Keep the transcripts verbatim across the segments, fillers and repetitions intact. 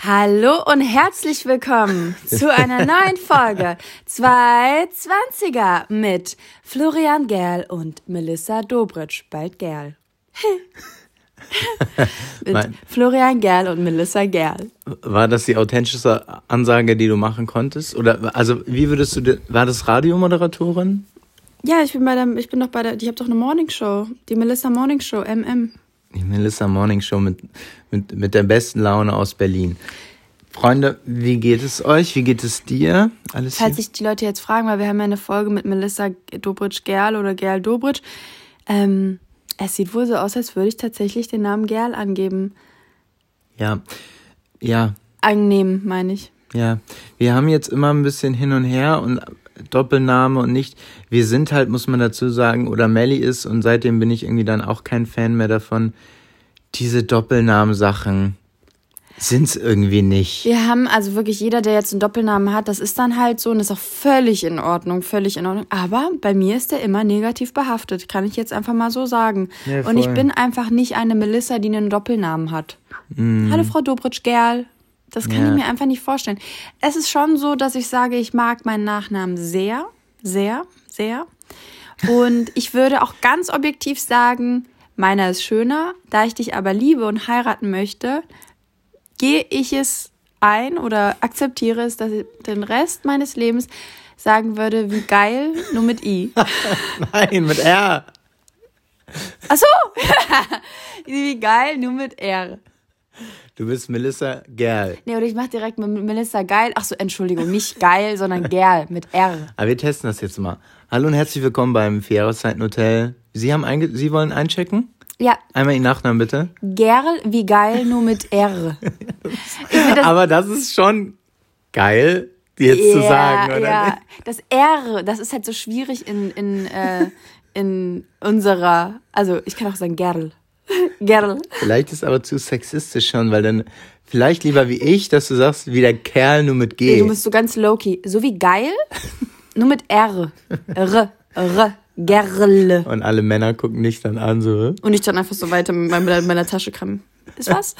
Hallo und herzlich willkommen zu einer neuen Folge zwei zwanziger mit Florian Gerl und Melissa Dobritsch, bald Gerl. mit mein, Florian Gerl und Melissa Gerl. War das die authentischste Ansage, die du machen konntest? Oder also wie würdest du, war das Radiomoderatorin? Ja, ich bin bei der, ich bin doch bei der, ich habe doch eine Morningshow, die Melissa Morningshow, M M. Die Melissa Morningshow mit, mit, mit der besten Laune aus Berlin. Freunde, wie geht es euch? Wie geht es dir? Alles Falls sich die Leute jetzt fragen, weil wir haben ja eine Folge mit Melissa Dobritsch-Gerl oder Gerl-Dobritsch. Ähm, es sieht wohl so aus, als würde ich tatsächlich den Namen Gerl angeben. Ja, ja. Annehmen, meine ich. Ja, wir haben jetzt immer ein bisschen hin und her und Doppelname und nicht. Wir sind halt, muss man dazu sagen, oder Melli ist und seitdem bin ich irgendwie dann auch kein Fan mehr davon. Diese Doppelnamen-Sachen sind's irgendwie nicht. Wir haben also wirklich jeder, der jetzt einen Doppelnamen hat, das ist dann halt so und ist auch völlig in Ordnung, völlig in Ordnung. Aber bei mir ist der immer negativ behaftet, kann ich jetzt einfach mal so sagen. Ja, und ich bin einfach nicht eine Melissa, die einen Doppelnamen hat. Mm. Hallo Frau Dobritsch-Gerl. Das kann ja. ich mir einfach nicht vorstellen. Es ist schon so, dass ich sage, ich mag meinen Nachnamen sehr, sehr, sehr. Und ich würde auch ganz objektiv sagen, meiner ist schöner. Da ich dich aber liebe und heiraten möchte, gehe ich es ein oder akzeptiere es, dass ich den Rest meines Lebens sagen würde, wie geil, nur mit I. Nein, mit R. Ach so. Wie geil, nur mit R. Du bist Melissa Gerl. Nee, oder ich mach direkt mit Melissa Geil. Ach so, Entschuldigung, nicht geil, sondern Gerl mit R. Aber wir testen das jetzt mal. Hallo und herzlich willkommen beim Vier-Jahreszeiten-Hotel. Sie haben einge- Sie wollen einchecken? Ja. Einmal Ihren Nachnamen bitte. Gerl wie geil, nur mit R. das Aber das ist schon geil, jetzt yeah, zu sagen, oder? Ja, das R, das ist halt so schwierig in, in, äh, in unserer, also ich kann auch sagen Gerl. Gerl. Vielleicht ist aber zu sexistisch schon, weil dann vielleicht lieber wie ich, dass du sagst, wie der Kerl nur mit G. Nee, du bist so ganz low-key. So wie geil, nur mit R. R. R. Gerl. Und alle Männer gucken dich dann an, so. Und ich dann einfach so weiter mit meiner, meiner Tasche krammen. Ist was?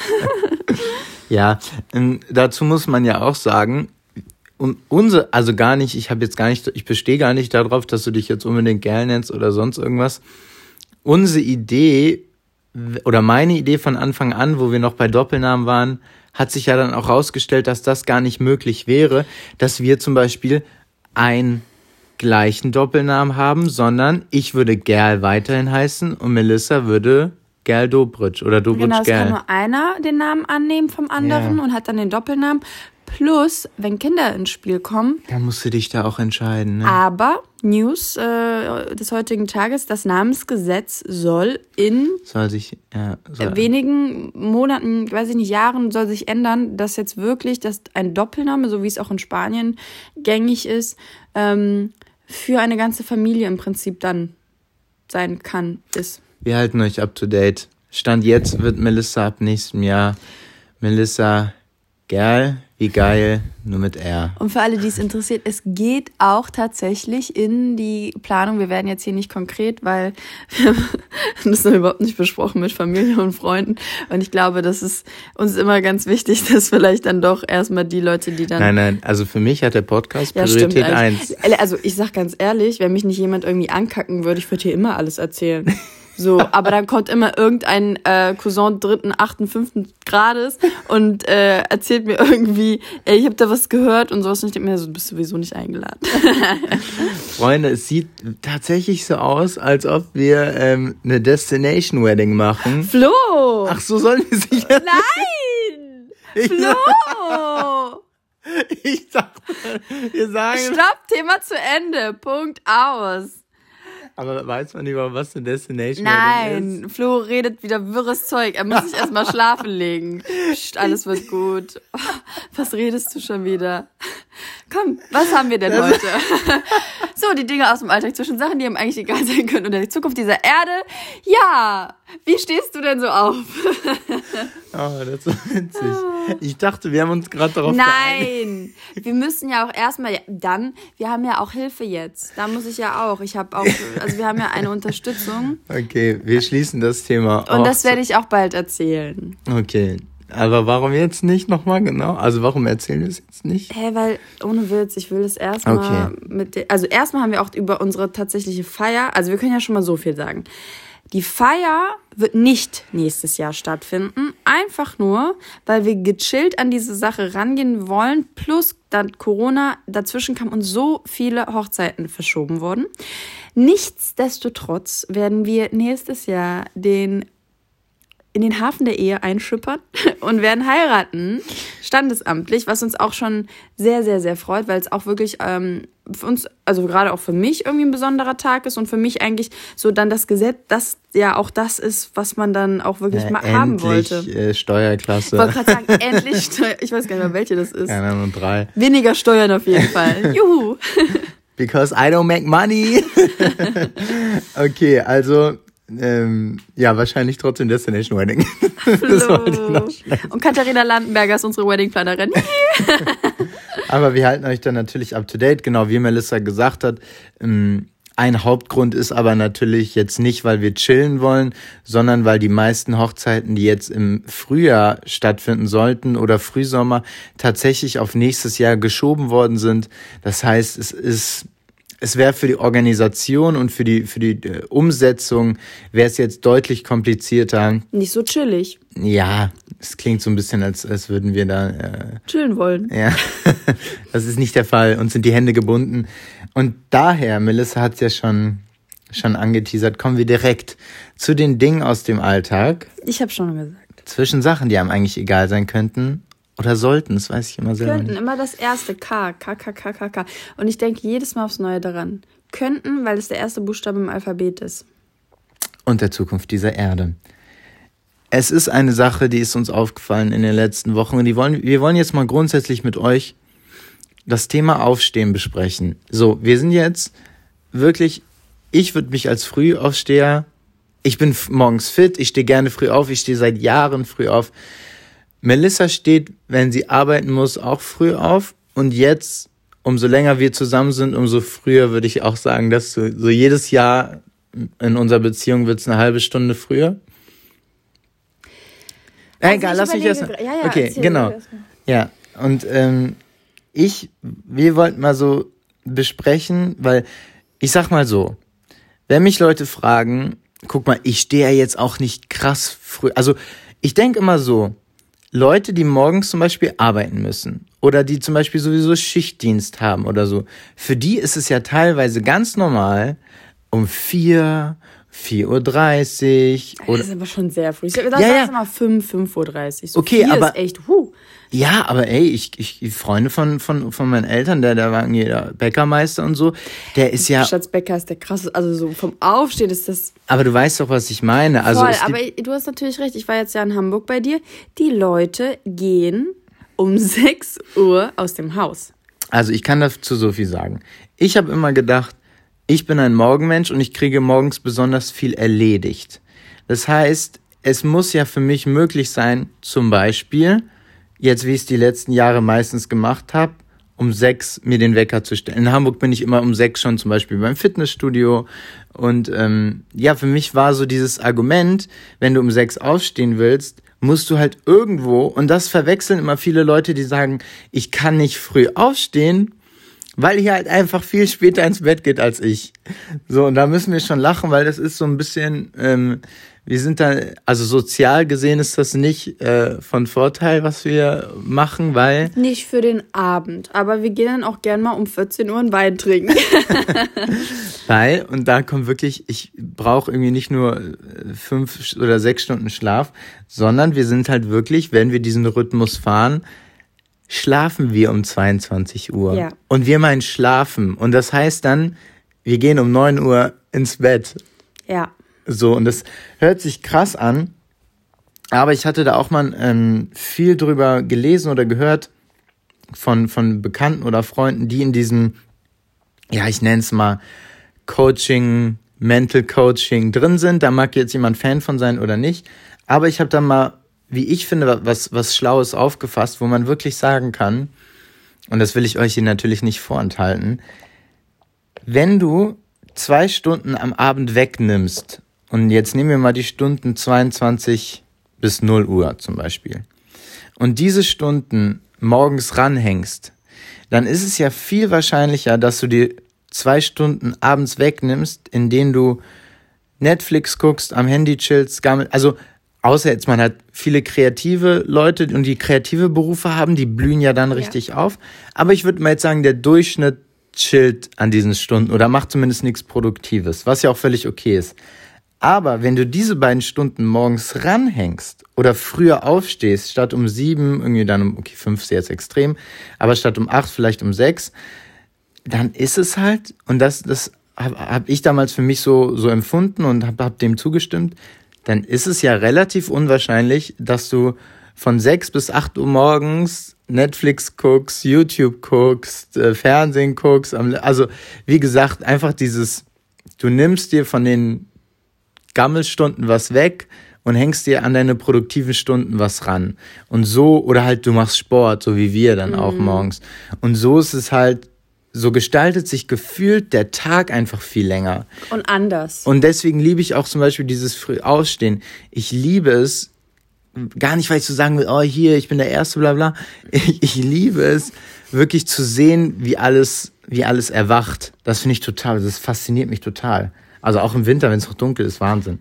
Ja, dazu muss man ja auch sagen, und unsere, also gar nicht, ich habe jetzt gar nicht, ich bestehe gar nicht darauf, dass du dich jetzt unbedingt Gerl nennst oder sonst irgendwas. Unsere Idee oder meine Idee von Anfang an, wo wir noch bei Doppelnamen waren, hat sich ja dann auch rausgestellt, dass das gar nicht möglich wäre, dass wir zum Beispiel einen gleichen Doppelnamen haben, sondern ich würde Gerl weiterhin heißen und Melissa würde Gerl Dobritsch oder Dobritsch Gerl. Genau, es Gerl. kann nur einer den Namen annehmen vom anderen ja. und hat dann den Doppelnamen. Plus, wenn Kinder ins Spiel kommen. Dann musst du dich da auch entscheiden. Ne? Aber News äh, des heutigen Tages, das Namensgesetz soll in soll sich, ja, soll wenigen Monaten, weiß ich nicht, Jahren, soll sich ändern, dass jetzt wirklich dass ein Doppelname, so wie es auch in Spanien gängig ist, ähm, für eine ganze Familie im Prinzip dann sein kann, ist. Wir halten euch up to date. Stand jetzt wird Melissa ab nächstem Jahr Melissa Gerl, wie geil, nur mit R. Und für alle, die es interessiert, es geht auch tatsächlich in die Planung. Wir werden jetzt hier nicht konkret, weil wir haben das noch überhaupt nicht besprochen mit Familie und Freunden. Und ich glaube, das ist uns immer ganz wichtig, dass vielleicht dann doch erstmal die Leute, die dann... Nein, nein, also für mich hat der Podcast Priorität ja, eins. Also ich sag ganz ehrlich, wenn mich nicht jemand irgendwie ankacken würde, ich würde hier immer alles erzählen. So, aber dann kommt immer irgendein äh, Cousin dritten, achten, fünften Grades und äh, erzählt mir irgendwie, ey, ich habe da was gehört und sowas. Und ich denke mir, so, du bist sowieso nicht eingeladen. Freunde, es sieht tatsächlich so aus, als ob wir ähm, eine Destination Wedding machen. Flo! Ach, so sollen wir sich ja Nein! Ich Flo! Ich dachte, wir sagen... Stopp, Thema zu Ende. Punkt aus. Aber weiß man über was eine Destination Nein, Wedding ist? Flo redet wieder wirres Zeug. Er muss sich erstmal schlafen legen. Psst, alles wird gut. Oh, was redest du schon wieder? Komm, was haben wir denn das heute? So, die Dinge aus dem Alltag zwischen Sachen, die ihm eigentlich egal sein können und der Zukunft dieser Erde. Ja, wie stehst du denn so auf? Oh, das ist witzig. Ich dachte, wir haben uns gerade darauf Nein, geeinigt. Wir müssen ja auch erstmal, dann, wir haben ja auch Hilfe jetzt. Da muss ich ja auch. Ich habe auch, also wir haben ja eine Unterstützung. Okay, wir schließen das Thema. Und das werde ich auch bald erzählen. Okay. Aber warum jetzt nicht nochmal genau? Also warum erzählen wir es jetzt nicht? Hä, hey, weil, ohne Witz, ich will das erstmal okay. mit... De- also erstmal haben wir auch über unsere tatsächliche Feier, also wir können ja schon mal so viel sagen. Die Feier wird nicht nächstes Jahr stattfinden, einfach nur, weil wir gechillt an diese Sache rangehen wollen, plus dann Corona dazwischen kam und so viele Hochzeiten verschoben wurden. Nichtsdestotrotz werden wir nächstes Jahr den in den Hafen der Ehe einschippern und werden heiraten, standesamtlich, was uns auch schon sehr, sehr, sehr freut, weil es auch wirklich ähm, für uns, also gerade auch für mich irgendwie ein besonderer Tag ist und für mich eigentlich so dann das Gesetz, das ja auch das ist, was man dann auch wirklich ja, mal haben wollte. Endlich äh, Steuerklasse. Ich wollte gerade sagen, endlich Steuer, ich weiß gar nicht mehr, welche das ist. Keine Ahnung, drei. Weniger Steuern auf jeden Fall. Juhu. Because I don't make money. Okay, also... Ähm, ja, wahrscheinlich trotzdem Destination Wedding. Das und Katharina Landenberger ist unsere Weddingplanerin. Aber wir halten euch dann natürlich up to date, genau wie Melissa gesagt hat. Ähm, ein Hauptgrund ist aber natürlich jetzt nicht, weil wir chillen wollen, sondern weil die meisten Hochzeiten, die jetzt im Frühjahr stattfinden sollten oder Frühsommer, tatsächlich auf nächstes Jahr geschoben worden sind. Das heißt, es ist... Es wäre für die Organisation und für die für die äh, Umsetzung wäre es jetzt deutlich komplizierter. Nicht so chillig. Ja, es klingt so ein bisschen, als als würden wir da äh, chillen wollen. Ja, das ist nicht der Fall. Uns sind die Hände gebunden. Und daher, Melissa hat es ja schon schon angeteasert, kommen wir direkt zu den Dingen aus dem Alltag. Ich habe schon gesagt. Zwischen Sachen, die einem eigentlich egal sein könnten. Oder sollten, das weiß ich immer selber Könnten, nicht. immer das erste K, K, K, K, K, K. Und ich denke jedes Mal aufs Neue daran. Könnten, weil es der erste Buchstabe im Alphabet ist. Und der Zukunft dieser Erde. Es ist eine Sache, die ist uns aufgefallen in den letzten Wochen. Und die wollen, wir wollen jetzt mal grundsätzlich mit euch das Thema Aufstehen besprechen. So, wir sind jetzt wirklich, ich würde mich als Frühaufsteher, ich bin morgens fit, ich stehe gerne früh auf, ich stehe seit Jahren früh auf. Melissa steht, wenn sie arbeiten muss, auch früh auf. Und jetzt, umso länger wir zusammen sind, umso früher würde ich auch sagen, dass so, so jedes Jahr in unserer Beziehung wird es eine halbe Stunde früher. Also Egal, lass mich erst mal. Ja, ja, okay, genau. Ja, und ähm, ich, wir wollten mal so besprechen, weil ich sag mal so, wenn mich Leute fragen, guck mal, ich stehe ja jetzt auch nicht krass früh. Also ich denke immer so, Leute, die morgens zum Beispiel arbeiten müssen oder die zum Beispiel sowieso Schichtdienst haben oder so, für die ist es ja teilweise ganz normal, um vier, vier Uhr dreißig oder... Das ist aber schon sehr früh. Das ja, ja, ja. ist immer fünf, fünf Uhr dreißig. So okay, vier aber... ist echt, huh. Ja, aber ey, ich, ich Freunde von von von meinen Eltern, der der war irgendwie der Bäckermeister und so, der ist ja Schatzbäcker ist der krasse, also so vom Aufstehen ist das. Aber du weißt doch, was ich meine. Also voll, aber du hast natürlich recht. Ich war jetzt ja in Hamburg bei dir. Die Leute gehen um sechs Uhr aus dem Haus. Also ich kann dazu so viel sagen. Ich habe immer gedacht, ich bin ein Morgenmensch und ich kriege morgens besonders viel erledigt. Das heißt, es muss ja für mich möglich sein, zum Beispiel jetzt, wie ich es die letzten Jahre meistens gemacht habe, um sechs mir den Wecker zu stellen. In Hamburg bin ich immer um sechs schon zum Beispiel beim Fitnessstudio. Und ähm, ja, für mich war so dieses Argument, wenn du um sechs aufstehen willst, musst du halt irgendwo, und das verwechseln immer viele Leute, die sagen, ich kann nicht früh aufstehen, weil ihr halt einfach viel später ins Bett geht als ich. So, und da müssen wir schon lachen, weil das ist so ein bisschen... Ähm, Wir sind da, also sozial gesehen ist das nicht äh, von Vorteil, was wir machen, weil... Nicht für den Abend, aber wir gehen dann auch gern mal um vierzehn Uhr einen Wein trinken. Weil, und da kommt wirklich, ich brauche irgendwie nicht nur fünf oder sechs Stunden Schlaf, sondern wir sind halt wirklich, wenn wir diesen Rhythmus fahren, schlafen wir um zweiundzwanzig Uhr. Ja. Und wir meinen schlafen. Und das heißt dann, wir gehen um neun Uhr ins Bett. Ja. So, und das hört sich krass an, aber ich hatte da auch mal ähm, viel drüber gelesen oder gehört von von Bekannten oder Freunden, die in diesem, ja, ich nenne es mal Coaching, Mental Coaching drin sind. Da mag jetzt jemand Fan von sein oder nicht, aber ich habe da mal, wie ich finde, was was Schlaues aufgefasst, wo man wirklich sagen kann, und das will ich euch hier natürlich nicht vorenthalten, wenn du zwei Stunden am Abend wegnimmst, und jetzt nehmen wir mal die Stunden zweiundzwanzig bis null Uhr zum Beispiel. und diese Stunden morgens ranhängst, dann ist es ja viel wahrscheinlicher, dass du dir zwei Stunden abends wegnimmst, in denen du Netflix guckst, am Handy chillst, also außer jetzt man hat viele kreative Leute und die kreative Berufe haben, die blühen ja dann richtig ja. auf. Aber ich würde mal jetzt sagen, der Durchschnitt chillt an diesen Stunden oder macht zumindest nichts Produktives, was ja auch völlig okay ist. Aber wenn du diese beiden Stunden morgens ranhängst oder früher aufstehst, statt um sieben, irgendwie dann um, okay, fünf ist jetzt extrem, aber statt um acht, vielleicht um sechs, dann ist es halt, und das, das habe hab ich damals für mich so, so empfunden und habe hab dem zugestimmt, dann ist es ja relativ unwahrscheinlich, dass du von sechs bis acht Uhr morgens Netflix guckst, YouTube guckst, äh, Fernsehen guckst. Also wie gesagt, einfach dieses, du nimmst dir von den Gammelstunden was weg und hängst dir an deine produktiven Stunden was ran. Und so, oder halt du machst Sport, so wie wir dann mhm. auch morgens. Und so ist es halt, so gestaltet sich gefühlt der Tag einfach viel länger. Und anders. Und deswegen liebe ich auch zum Beispiel dieses Frühaufstehen. Ich liebe es, gar nicht, weil ich so sagen will, oh hier, ich bin der Erste, bla bla. Ich, ich liebe es, wirklich zu sehen, wie alles, wie alles erwacht. Das finde ich total, das fasziniert mich total. Also auch im Winter, wenn es noch dunkel ist, Wahnsinn.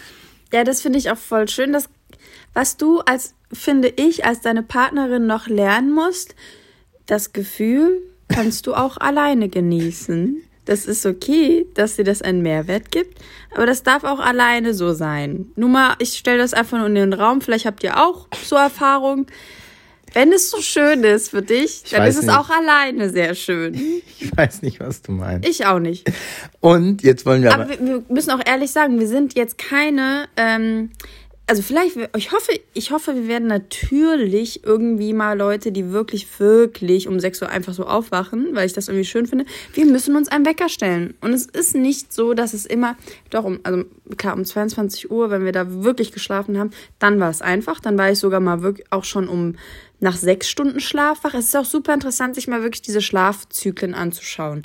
Ja, das finde ich auch voll schön. Dass, was du als, finde ich, als deine Partnerin noch lernen musst, das Gefühl kannst du auch alleine genießen. Das ist okay, dass dir das einen Mehrwert gibt, aber das darf auch alleine so sein. Nur mal, ich stelle das einfach nur in den Raum, vielleicht habt ihr auch so Erfahrungen. Wenn es so schön ist für dich, ich dann ist es nicht. Auch alleine sehr schön. Ich weiß nicht, was du meinst. Ich auch nicht. Und jetzt wollen wir aber... Aber wir, wir müssen auch ehrlich sagen, wir sind jetzt keine... Ähm, also vielleicht, ich hoffe, ich hoffe, wir werden natürlich irgendwie mal Leute, die wirklich, wirklich um sechs Uhr einfach so aufwachen, weil ich das irgendwie schön finde. Wir müssen uns einen Wecker stellen. Und es ist nicht so, dass es immer, doch, um, also klar, um zweiundzwanzig Uhr, wenn wir da wirklich geschlafen haben, dann war es einfach. Dann war ich sogar mal wirklich auch schon um nach sechs Stunden Schlaf wach. Es ist auch super interessant, sich mal wirklich diese Schlafzyklen anzuschauen.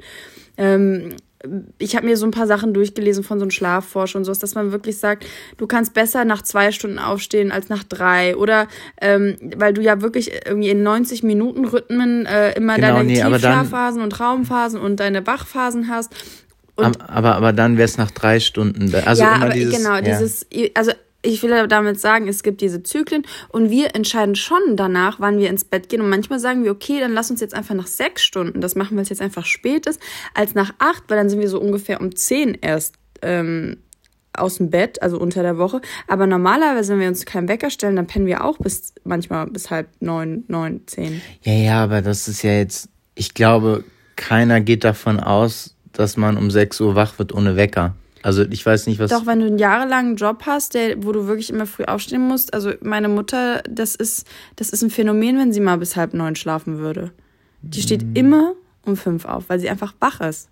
Ähm, Ich habe mir so ein paar Sachen durchgelesen von so einem Schlafforscher und sowas, dass man wirklich sagt, du kannst besser nach zwei Stunden aufstehen als nach drei. Oder ähm, weil du ja wirklich irgendwie in neunzig Minuten Rhythmen äh, immer genau, deine nee, Tiefschlafphasen und Traumphasen und deine Wachphasen hast. Und aber, aber dann wäre es nach drei Stunden. Also ja, immer aber dieses, genau, ja. dieses, also ich will damit sagen, es gibt diese Zyklen und wir entscheiden schon danach, wann wir ins Bett gehen. Und manchmal sagen wir, okay, dann lass uns jetzt einfach nach sechs Stunden, das machen, weil es jetzt einfach spät ist, als nach acht, weil dann sind wir so ungefähr um zehn erst ähm, aus dem Bett, also unter der Woche. Aber normalerweise, wenn wir uns keinen Wecker stellen, dann pennen wir auch bis manchmal bis halb neun, neun, zehn. Ja, ja, aber das ist ja jetzt, ich glaube, keiner geht davon aus, dass man um sechs Uhr wach wird ohne Wecker. Also ich weiß nicht, was... Doch, wenn du einen jahrelangen Job hast, der, wo du wirklich immer früh aufstehen musst. Also meine Mutter, das ist, das ist ein Phänomen, wenn sie mal bis halb neun schlafen würde. Die steht mm. immer um fünf auf, weil sie einfach wach ist.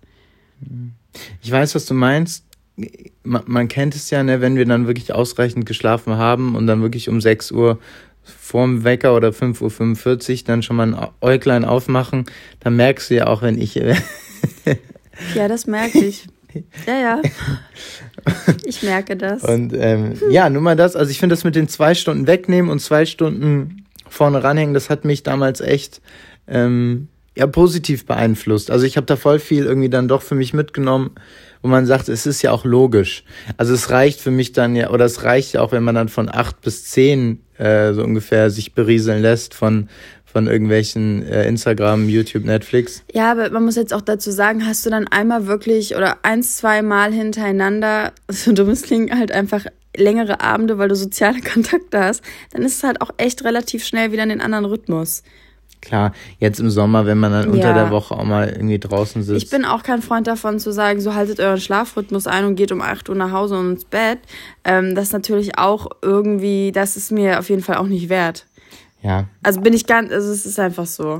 Ich weiß, was du meinst. Man, man kennt es ja, ne, wenn wir dann wirklich ausreichend geschlafen haben und dann wirklich um sechs Uhr vorm Wecker oder fünf Uhr fünfundvierzig dann schon mal ein Äuglein aufmachen, dann merkst du ja auch, wenn ich... Ja, das merke ich. Ja, ja. Ich merke das. Und ähm, ja, nur mal das. Also ich finde das mit den zwei Stunden wegnehmen und zwei Stunden vorne ranhängen, das hat mich damals echt ähm, ja positiv beeinflusst. Also ich habe da voll viel irgendwie dann doch für mich mitgenommen, wo man sagt, es ist ja auch logisch. Also es reicht für mich dann ja, oder es reicht ja auch, wenn man dann von acht bis zehn äh, so ungefähr sich berieseln lässt von von irgendwelchen äh, Instagram, YouTube, Netflix. Ja, aber man muss jetzt auch dazu sagen, hast du dann einmal wirklich oder eins, zwei Mal hintereinander, so dummes klingt, halt einfach längere Abende, weil du soziale Kontakte hast, dann ist es halt auch echt relativ schnell wieder in den anderen Rhythmus. Klar, jetzt im Sommer, wenn man dann unter ja. der Woche auch mal irgendwie draußen sitzt. Ich bin auch kein Freund davon zu sagen, so haltet euren Schlafrhythmus ein und geht um acht Uhr nach Hause und ins Bett. Ähm, das ist natürlich auch irgendwie, das ist mir auf jeden Fall auch nicht wert. Ja. Also bin ich ganz, also es ist einfach so.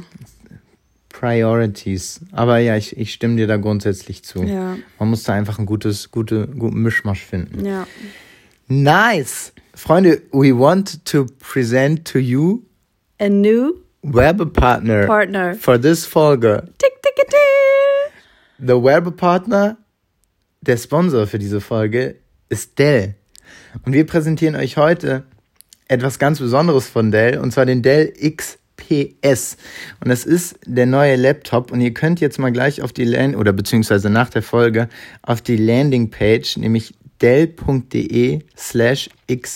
Priorities. Aber ja, ich, ich stimme dir da grundsätzlich zu. Ja. Man muss da einfach ein gutes, gute, guten Mischmasch finden. Ja. Nice. Freunde, we want to present to you a new Werbepartner partner for this Folge. Tick, tick, tick. Der Werbepartner, der Sponsor für diese Folge ist Dell. Und wir präsentieren euch heute etwas ganz Besonderes von Dell, und zwar den Dell X P S. Und das ist der neue Laptop, und ihr könnt jetzt mal gleich auf die Land- oder beziehungsweise nach der Folge auf die Landingpage, nämlich dell.de slash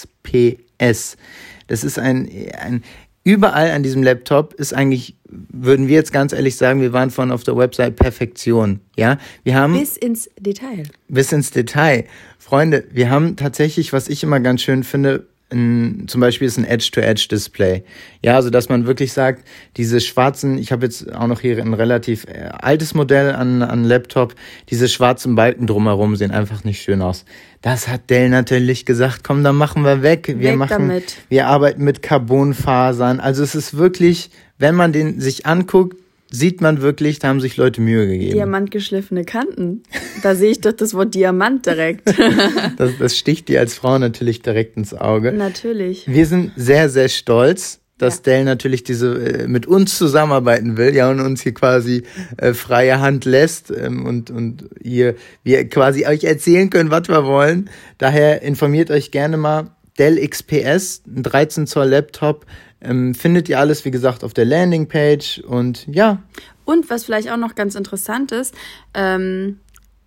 xps. Das ist ein, ein, überall an diesem Laptop ist eigentlich, würden wir jetzt ganz ehrlich sagen, wir waren vorhin auf der Website Perfektion, ja. Wir haben. Bis ins Detail. Bis ins Detail. Freunde, wir haben tatsächlich, was ich immer ganz schön finde, Ein, zum Beispiel ist ein Edge-to-Edge-Display. Ja, also dass man wirklich sagt, diese schwarzen, ich habe jetzt auch noch hier ein relativ äh, altes Modell an, an Laptop, diese schwarzen Balken drumherum sehen einfach nicht schön aus. Das hat Dell natürlich gesagt, komm, dann machen wir weg. Wir weg machen, damit. Wir arbeiten mit Carbonfasern. Also es ist wirklich, wenn man den sich anguckt, sieht man wirklich, da haben sich Leute Mühe gegeben. Diamantgeschliffene Kanten. Da sehe ich doch das Wort Diamant direkt. das, das sticht dir als Frau natürlich direkt ins Auge. Natürlich. Wir sind sehr, sehr stolz, dass ja. Dell natürlich diese äh, mit uns zusammenarbeiten will, ja, und uns hier quasi äh, freie Hand lässt ähm, und und ihr wir quasi euch erzählen können, was wir wollen. Daher informiert euch gerne mal. Dell X P S, ein dreizehn Zoll Laptop, ähm, findet ihr alles, wie gesagt, auf der Landingpage, und ja. Und was vielleicht auch noch ganz interessant ist, ähm,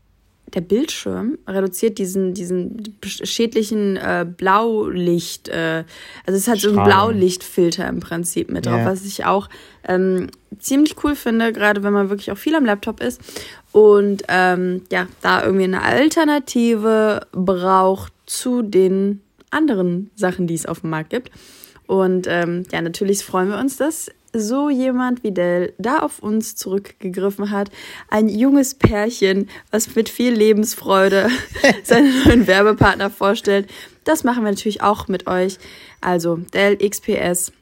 der Bildschirm reduziert diesen diesen schädlichen äh, Blaulicht, äh, also es hat so einen Blaulichtfilter im Prinzip mit drauf, yeah. was ich auch ähm, ziemlich cool finde, gerade wenn man wirklich auch viel am Laptop ist und ähm, ja, da irgendwie eine Alternative braucht zu den anderen Sachen, die es auf dem Markt gibt. Und ähm, ja, natürlich freuen wir uns, dass so jemand wie Dell da auf uns zurückgegriffen hat. Ein junges Pärchen, was mit viel Lebensfreude seinen neuen Werbepartner vorstellt. Das machen wir natürlich auch mit euch. Also Dell X P S.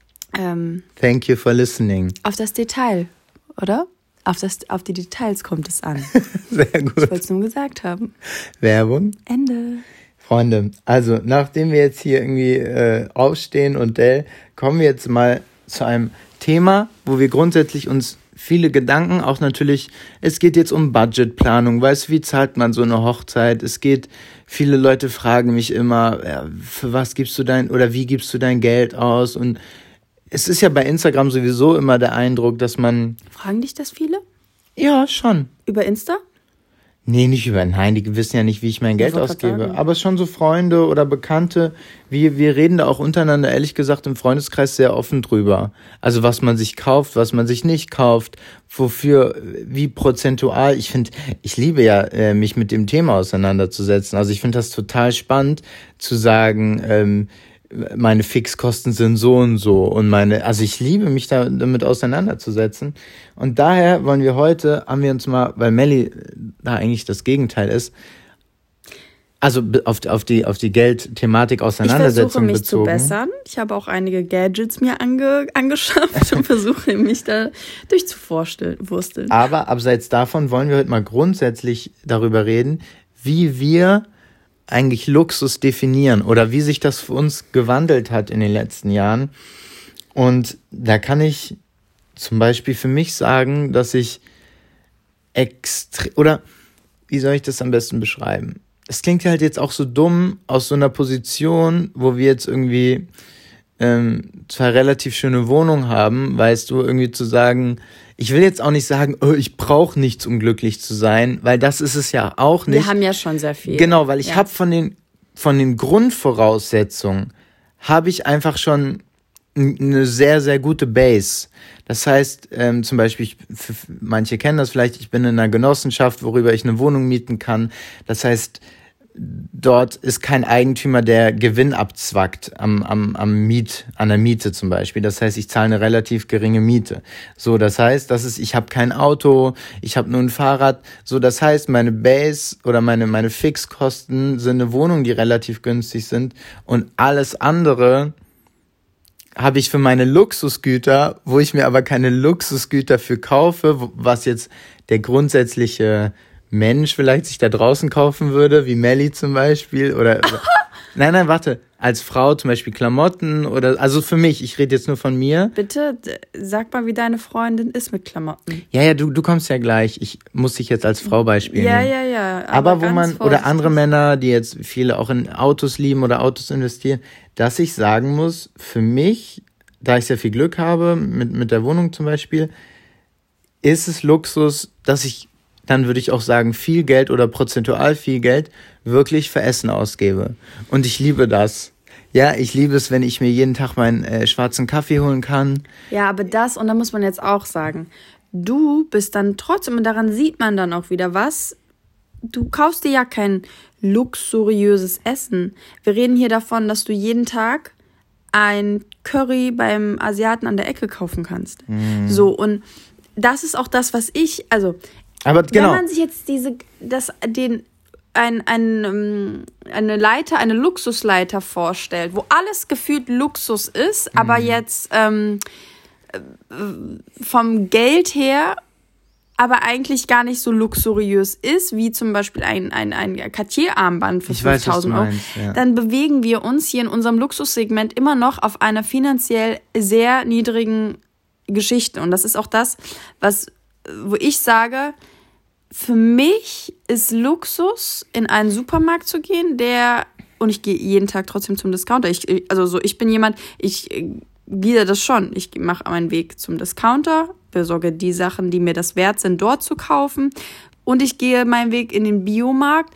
Ähm, Thank you for listening. Auf das Detail, oder? Auf, das, auf die Details kommt es an. Sehr gut. Ich wollte es nur gesagt haben. Werbung. Ende. Freunde, also nachdem wir jetzt hier irgendwie äh, aufstehen und Dell, kommen wir jetzt mal zu einem Thema, wo wir grundsätzlich uns viele Gedanken, auch natürlich, es geht jetzt um Budgetplanung, weißt du, wie zahlt man so eine Hochzeit? Es geht, viele Leute fragen mich immer, ja, für was gibst du dein, oder wie gibst du dein Geld aus? Und es ist ja bei Instagram sowieso immer der Eindruck, dass man... Fragen dich das viele? Ja, schon. Über Insta? Nee, nicht über, nein, die wissen ja nicht, wie ich mein Geld ausgebe. Aber schon so Freunde oder Bekannte, wir, wir reden da auch untereinander, ehrlich gesagt, im Freundeskreis sehr offen drüber. Also was man sich kauft, was man sich nicht kauft, wofür, wie prozentual. Ich finde, ich liebe ja, äh, mich mit dem Thema auseinanderzusetzen. Also ich finde das total spannend, zu sagen, ähm, meine Fixkosten sind so und so, und meine, also ich liebe mich da damit auseinanderzusetzen, und daher wollen wir heute, haben wir uns mal, weil Melli da eigentlich das Gegenteil ist, also auf, auf die, auf die Geldthematik Auseinandersetzung bezogen. Ich versuche mich bezogen. zu bessern. Ich habe auch einige Gadgets mir ange, angeschafft und versuche mich da durchzuwursteln. Aber abseits davon wollen wir heute mal grundsätzlich darüber reden, wie wir eigentlich Luxus definieren oder wie sich das für uns gewandelt hat in den letzten Jahren. Und da kann ich zum Beispiel für mich sagen, dass ich extrem, oder wie soll ich das am besten beschreiben? Es klingt halt jetzt auch so dumm aus so einer Position, wo wir jetzt irgendwie ähm, zwei relativ schöne Wohnungen haben, weißt du, irgendwie zu sagen, ich will jetzt auch nicht sagen, oh, ich brauche nichts, um glücklich zu sein, weil das ist es ja auch nicht. Wir haben ja schon sehr viel. Genau, weil ich ja. habe von den von den Grundvoraussetzungen habe ich einfach schon eine sehr, sehr gute Base. Das heißt, ähm, zum Beispiel, ich, für, manche kennen das vielleicht, ich bin in einer Genossenschaft, worüber ich eine Wohnung mieten kann. Das heißt, dort ist kein Eigentümer, der Gewinn abzwackt am, am, am Miet, an der Miete zum Beispiel. Das heißt, ich zahle eine relativ geringe Miete. So, das heißt, das ist, ich habe kein Auto, ich habe nur ein Fahrrad. So, das heißt, meine Base oder meine, meine Fixkosten sind eine Wohnung, die relativ günstig sind, und alles andere habe ich für meine Luxusgüter, wo ich mir aber keine Luxusgüter für kaufe, was jetzt der grundsätzliche Mensch vielleicht sich da draußen kaufen würde, wie Melli zum Beispiel, oder nein, nein, warte, als Frau zum Beispiel Klamotten oder, also für mich, ich rede jetzt nur von mir. Bitte, sag mal, wie deine Freundin ist mit Klamotten. Ja, ja, du, du kommst ja gleich, ich muss dich jetzt als Frau beispielen. Ja, ja, ja. Aber, aber wo man, oder andere Männer, die jetzt viele auch in Autos lieben oder Autos investieren, dass ich sagen muss, für mich, da ich sehr viel Glück habe, mit, mit der Wohnung zum Beispiel, ist es Luxus, dass ich, dann würde ich auch sagen, viel Geld oder prozentual viel Geld wirklich für Essen ausgebe. Und ich liebe das. Ja, ich liebe es, wenn ich mir jeden Tag meinen äh, schwarzen Kaffee holen kann. Ja, aber das, und da muss man jetzt auch sagen, du bist dann trotzdem, und daran sieht man dann auch wieder was, du kaufst dir ja kein luxuriöses Essen. Wir reden hier davon, dass du jeden Tag ein Curry beim Asiaten an der Ecke kaufen kannst. Mm. So, und das ist auch das, was ich, also, aber genau. Wenn man sich jetzt diese, das, den, ein, ein, eine Leiter, eine Luxusleiter vorstellt, wo alles gefühlt Luxus ist, mm. aber jetzt ähm, vom Geld her aber eigentlich gar nicht so luxuriös ist, wie zum Beispiel ein, ein, ein Cartier-Armband für fünftausend Euro, ja. Dann bewegen wir uns hier in unserem Luxussegment immer noch auf einer finanziell sehr niedrigen Geschichte. Und das ist auch das, was, wo ich sage, für mich ist Luxus, in einen Supermarkt zu gehen, der, und ich gehe jeden Tag trotzdem zum Discounter. Ich, also so, ich bin jemand, ich gehe das schon. Ich mache meinen Weg zum Discounter, besorge die Sachen, die mir das wert sind, dort zu kaufen. Und ich gehe meinen Weg in den Biomarkt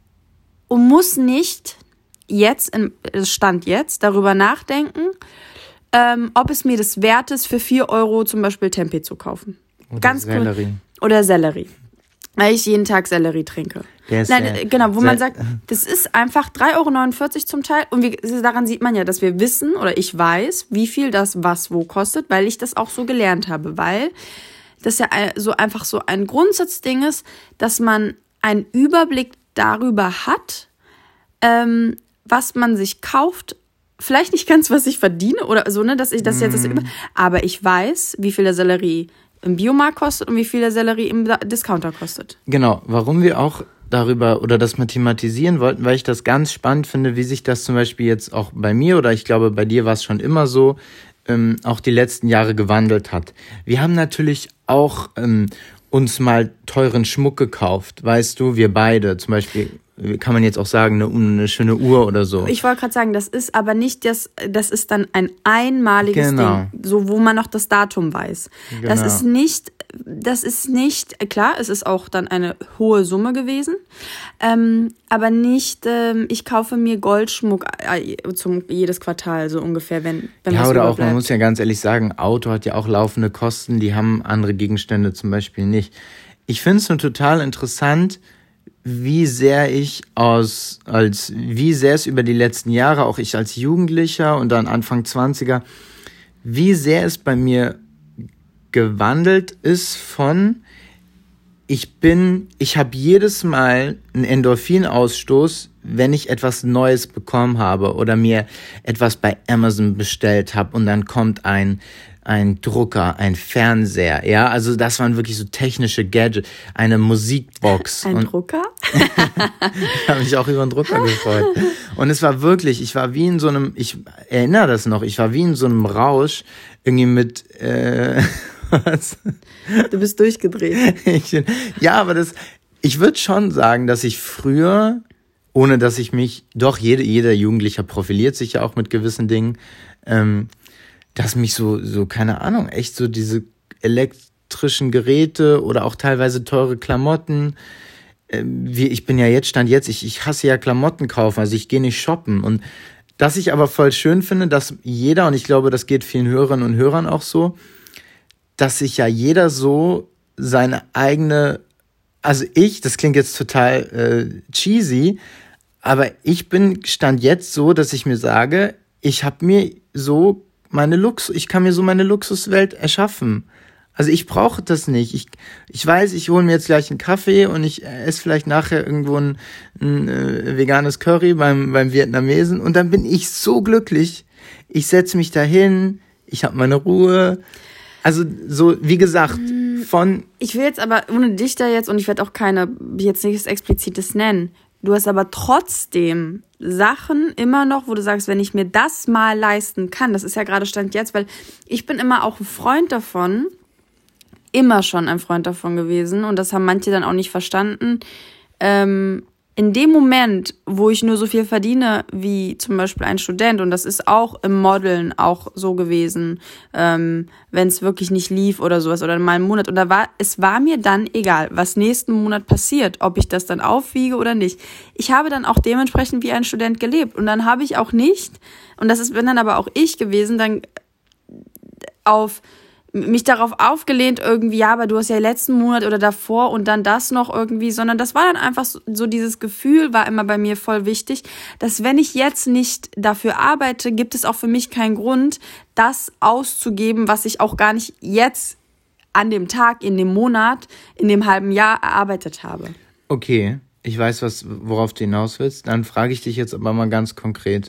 und muss nicht jetzt, im Stand jetzt, darüber nachdenken, ähm, ob es mir das wert ist, für vier Euro zum Beispiel Tempeh zu kaufen. Oder Ganz Sellerie. Cool. Oder Sellerie. Weil ich jeden Tag Sellerie trinke. Ist, Nein, äh, genau, wo Se- man sagt, das ist einfach drei Euro neunundvierzig zum Teil. Und wir, daran sieht man ja, dass wir wissen oder ich weiß, wie viel das was wo kostet, weil ich das auch so gelernt habe. Weil das ja so einfach so ein Grundsatzding ist, dass man einen Überblick darüber hat, ähm, was man sich kauft. Vielleicht nicht ganz, was ich verdiene oder so, ne, dass ich das mm. jetzt, das über, aber ich weiß, wie viel der Sellerie im Biomarkt kostet und wie viel der Sellerie im Discounter kostet. Genau, warum wir auch darüber oder das mal thematisieren wollten, weil ich das ganz spannend finde, wie sich das zum Beispiel jetzt auch bei mir oder ich glaube bei dir war es schon immer so, ähm, auch die letzten Jahre gewandelt hat. Wir haben natürlich auch ähm, uns mal teuren Schmuck gekauft, weißt du, wir beide zum Beispiel. Kann man jetzt auch sagen, eine, eine schöne Uhr oder so. Ich wollte gerade sagen, das ist aber nicht das, das ist dann ein einmaliges genau. Ding, so wo man noch das Datum weiß. Genau. Das ist nicht, das ist nicht, klar, es ist auch dann eine hohe Summe gewesen, ähm, aber nicht, ähm, ich kaufe mir Goldschmuck zum jedes Quartal so ungefähr, wenn, wenn ja, was oder überbleibt. auch, man muss ja ganz ehrlich sagen, Auto hat ja auch laufende Kosten, die haben andere Gegenstände zum Beispiel nicht. Ich finde es nur total interessant, wie sehr ich aus, als, wie sehr es über die letzten Jahre, auch ich als Jugendlicher und dann Anfang zwanziger, wie sehr es bei mir gewandelt ist von, ich bin, ich habe jedes Mal einen Endorphinausstoß, wenn ich etwas Neues bekommen habe oder mir etwas bei Amazon bestellt habe und dann kommt ein ein Drucker, ein Fernseher, ja, also das waren wirklich so technische Gadgets, eine Musikbox. Ein und Drucker? Ich habe mich auch über einen Drucker gefreut. Und es war wirklich, ich war wie in so einem, ich erinnere das noch, ich war wie in so einem Rausch, irgendwie mit, äh, was? Du bist durchgedreht. Ich, ja, aber das, ich würde schon sagen, dass ich früher, ohne dass ich mich, doch jede, jeder Jugendlicher profiliert sich ja auch mit gewissen Dingen, ähm, dass mich so, so, keine Ahnung, echt so diese elektrischen Geräte oder auch teilweise teure Klamotten, äh, wie, ich bin ja jetzt, Stand jetzt, ich, ich hasse ja Klamotten kaufen, also ich gehe nicht shoppen. Und dass ich aber voll schön finde, dass jeder, und ich glaube, das geht vielen Hörerinnen und Hörern auch so, dass sich ja jeder so seine eigene, also ich, das klingt jetzt total äh, cheesy, aber ich bin, Stand jetzt so, dass ich mir sage, ich habe mir so meine Lux, ich kann mir so meine Luxuswelt erschaffen. Also ich brauche das nicht. Ich, ich weiß, ich hole mir jetzt gleich einen Kaffee und ich esse vielleicht nachher irgendwo ein, ein äh, veganes Curry beim, beim Vietnamesen und dann bin ich so glücklich. Ich setze mich dahin, ich habe meine Ruhe. Also so, wie gesagt, von... Ich will jetzt aber, ohne dich da jetzt, und ich werde auch keine, jetzt nichts Explizites nennen, du hast aber trotzdem Sachen immer noch, wo du sagst, wenn ich mir das mal leisten kann, das ist ja gerade Stand jetzt, weil ich bin immer auch ein Freund davon, immer schon ein Freund davon gewesen und das haben manche dann auch nicht verstanden, ähm, in dem Moment, wo ich nur so viel verdiene wie zum Beispiel ein Student, und das ist auch im Modeln auch so gewesen, ähm, wenn es wirklich nicht lief oder sowas oder mal einen Monat, und da war, es war mir dann egal, was nächsten Monat passiert, ob ich das dann aufwiege oder nicht. Ich habe dann auch dementsprechend wie ein Student gelebt, und dann habe ich auch nicht, und das ist, bin dann aber auch ich gewesen, dann auf mich darauf aufgelehnt irgendwie, ja, aber du hast ja letzten Monat oder davor und dann das noch irgendwie, sondern das war dann einfach so, so dieses Gefühl war immer bei mir voll wichtig, dass wenn ich jetzt nicht dafür arbeite, gibt es auch für mich keinen Grund, das auszugeben, was ich auch gar nicht jetzt an dem Tag, in dem Monat, in dem halben Jahr erarbeitet habe. Okay, ich weiß, was, worauf du hinaus willst. Dann frage ich dich jetzt aber mal ganz konkret.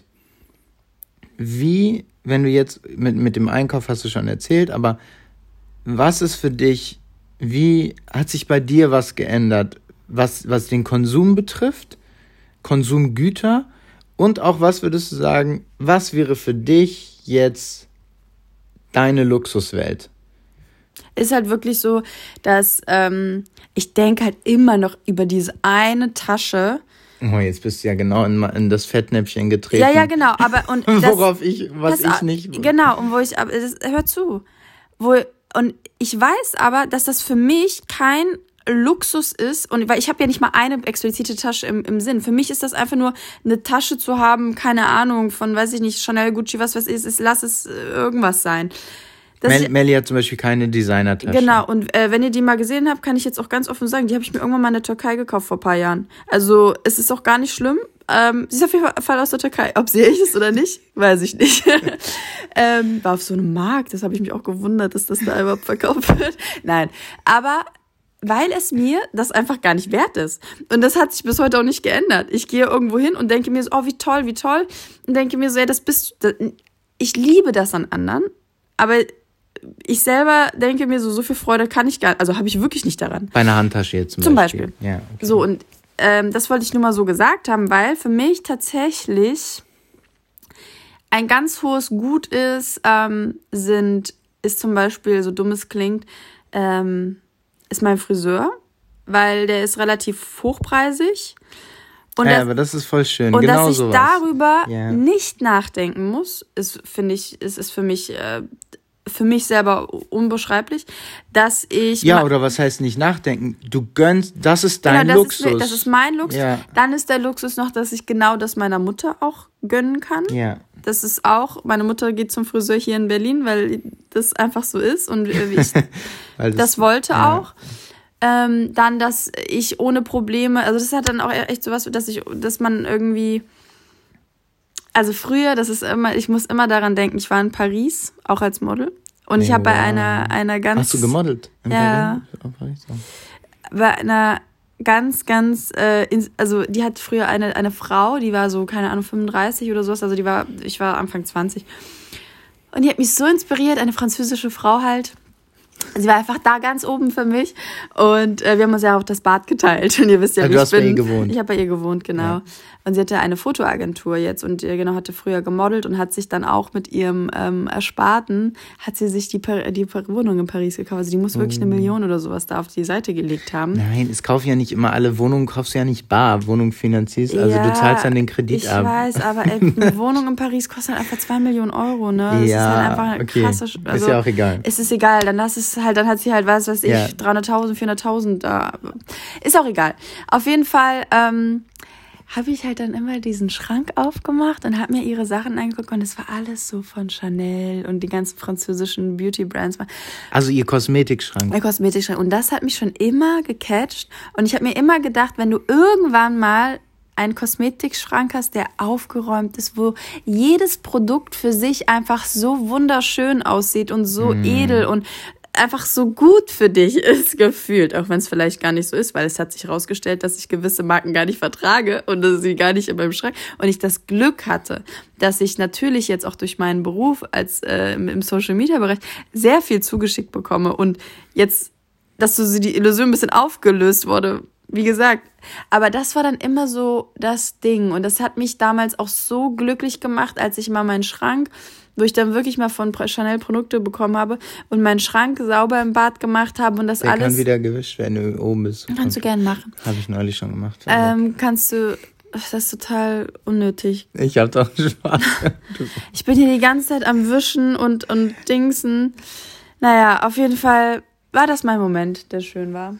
Wie, wenn du jetzt mit, mit dem Einkauf hast du schon erzählt, aber was ist für dich, wie hat sich bei dir was geändert, was, was den Konsum betrifft, Konsumgüter, und auch was würdest du sagen, was wäre für dich jetzt deine Luxuswelt? Ist halt wirklich so, dass ähm, ich denke halt immer noch über diese eine Tasche. Oh, jetzt bist du ja genau in, in das Fettnäpfchen getreten. Ja, ja, genau. Aber und das, worauf ich, was das, ich nicht. Genau, und wo ich, aber das, hör zu, wo und ich weiß aber, dass das für mich kein Luxus ist, und weil ich habe ja nicht mal eine explizite Tasche im, im Sinn. Für mich ist das einfach nur eine Tasche zu haben, keine Ahnung, von, weiß ich nicht, Chanel, Gucci, was weiß ich, ist, lass es irgendwas sein. Mel- Melli hat zum Beispiel keine Designertasche. Genau, und äh, wenn ihr die mal gesehen habt, kann ich jetzt auch ganz offen sagen, die habe ich mir irgendwann mal in der Türkei gekauft vor ein paar Jahren. Also es ist auch gar nicht schlimm. Ähm, sie ist auf jeden Fall aus der Türkei. Ob sie echt ist oder nicht, weiß ich nicht. ähm, war auf so einem Markt, das habe ich mich auch gewundert, dass das da überhaupt verkauft wird. Nein, aber weil es mir das einfach gar nicht wert ist. Und das hat sich bis heute auch nicht geändert. Ich gehe irgendwo hin und denke mir so, oh, wie toll, wie toll. Und denke mir so, ja, das bist du. Ich liebe das an anderen, aber ich selber denke mir so, so viel Freude kann ich gar nicht, also habe ich wirklich nicht daran. Bei einer Handtasche jetzt zum, zum Beispiel. Beispiel. Ja, okay. So, und ähm, das wollte ich nur mal so gesagt haben, weil für mich tatsächlich ein ganz hohes Gut ist, ähm, sind, ist zum Beispiel, so dumm es klingt, ähm, ist mein Friseur, weil der ist relativ hochpreisig. Und ja, das, aber das ist voll schön. Und genau dass ich sowas. darüber yeah. nicht nachdenken muss, ist, finde ich, ist, ist für mich, äh, für mich selber unbeschreiblich, dass ich... Ja, oder was heißt nicht nachdenken? Du gönnst, das ist dein genau, das Luxus. Ist, das ist mein Luxus. Ja. Dann ist der Luxus noch, dass ich genau das meiner Mutter auch gönnen kann. Ja. Das ist auch, meine Mutter geht zum Friseur hier in Berlin, weil das einfach so ist und ich das, das wollte ja. auch. Ähm, dann, dass ich ohne Probleme, also das hat dann auch echt sowas, dass ich, dass man irgendwie, also früher, das ist immer, ich muss immer daran denken, ich war in Paris, auch als Model, und ich oh, habe bei wow. einer, einer ganz... Hast du gemodelt? In ja. Paris? Bei einer ganz, ganz, äh, also die hat früher eine, eine Frau, die war so, keine Ahnung, fünfunddreißig oder sowas, also die war, ich war Anfang zwanzig, und die hat mich so inspiriert, eine französische Frau halt. Sie war einfach da ganz oben für mich, und äh, wir haben uns ja auch das Bad geteilt, und ihr wisst ja, also wie du ich hast bin. bei ihr gewohnt. Ich habe bei ihr gewohnt, genau. Ja. Und sie hatte eine Fotoagentur jetzt, und äh, genau, hatte früher gemodelt und hat sich dann auch mit ihrem ähm, Ersparten, hat sie sich die, die Wohnung in Paris gekauft. Also die muss wirklich eine Million oder sowas da auf die Seite gelegt haben. Nein, es kaufen ja nicht immer alle Wohnungen, kaufst du ja nicht bar, Wohnung finanzierst, also ja, du zahlst dann den Kredit ich ab. Ich weiß, aber ey, eine Wohnung in Paris kostet halt einfach zwei Millionen Euro, ne? Das ja, ist halt einfach eine okay. krasse... Also, ist ja auch egal. Es ist egal, dann lass es halt, dann hat sie halt, was weiß ich, ja. dreihunderttausend, vierhunderttausend da. Ist auch egal. Auf jeden Fall, ähm, habe ich halt dann immer diesen Schrank aufgemacht und habe mir ihre Sachen angeguckt, und es war alles so von Chanel und die ganzen französischen Beauty-Brands. Also ihr Kosmetikschrank. Ihr Kosmetikschrank. Und das hat mich schon immer gecatcht, und ich habe mir immer gedacht, wenn du irgendwann mal einen Kosmetikschrank hast, der aufgeräumt ist, wo jedes Produkt für sich einfach so wunderschön aussieht und so mm. edel und einfach so gut für dich ist, gefühlt, auch wenn es vielleicht gar nicht so ist, weil es hat sich herausgestellt, dass ich gewisse Marken gar nicht vertrage und dass sie gar nicht in meinem Schrank, und ich das Glück hatte, dass ich natürlich jetzt auch durch meinen Beruf als äh, im Social-Media-Bereich sehr viel zugeschickt bekomme, und jetzt, dass so die Illusion ein bisschen aufgelöst wurde, wie gesagt, aber das war dann immer so das Ding, und das hat mich damals auch so glücklich gemacht, als ich mal meinen Schrank wo ich dann wirklich mal von Chanel Produkte bekommen habe und meinen Schrank sauber im Bad gemacht habe und das Der alles... kann wieder gewischt werden, wenn du oben bist. Kannst du gerne machen. Habe ich neulich schon gemacht. Ähm, kannst du... Das ist total unnötig. Ich hab doch Spaß. Ich bin hier die ganze Zeit am Wischen und, und Dingsen. Naja, auf jeden Fall war das mein Moment, der schön war.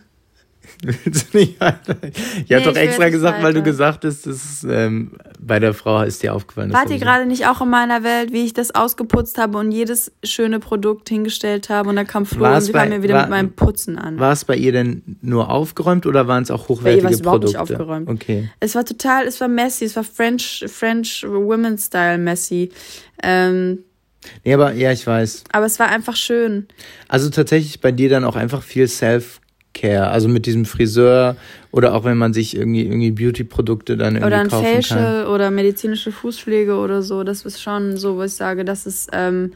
Willst du nicht weiter? Ich nee, hab doch extra gesagt, weiter. Weil du gesagt hast, dass ähm, bei der Frau ist dir aufgefallen. Wart ihr gerade nicht auch in meiner Welt, wie ich das ausgeputzt habe und jedes schöne Produkt hingestellt habe und dann kam Flo und sie kam mir wieder war, mit meinem Putzen an. War es bei ihr denn nur aufgeräumt oder waren es auch hochwertige bei ihr war es Produkte? Überhaupt nicht aufgeräumt. Okay. Es war total, es war messy, es war French, French Women's Style messy. Ähm, nee, aber ja, ich weiß. Aber es war einfach schön. Also tatsächlich bei dir dann auch einfach viel Self- Care, also mit diesem Friseur oder auch wenn man sich irgendwie irgendwie Beauty-Produkte dann irgendwie oder ein kaufen Facial kann. Oder medizinische Fußpflege oder so, das ist schon so, wo ich sage, das ist ähm,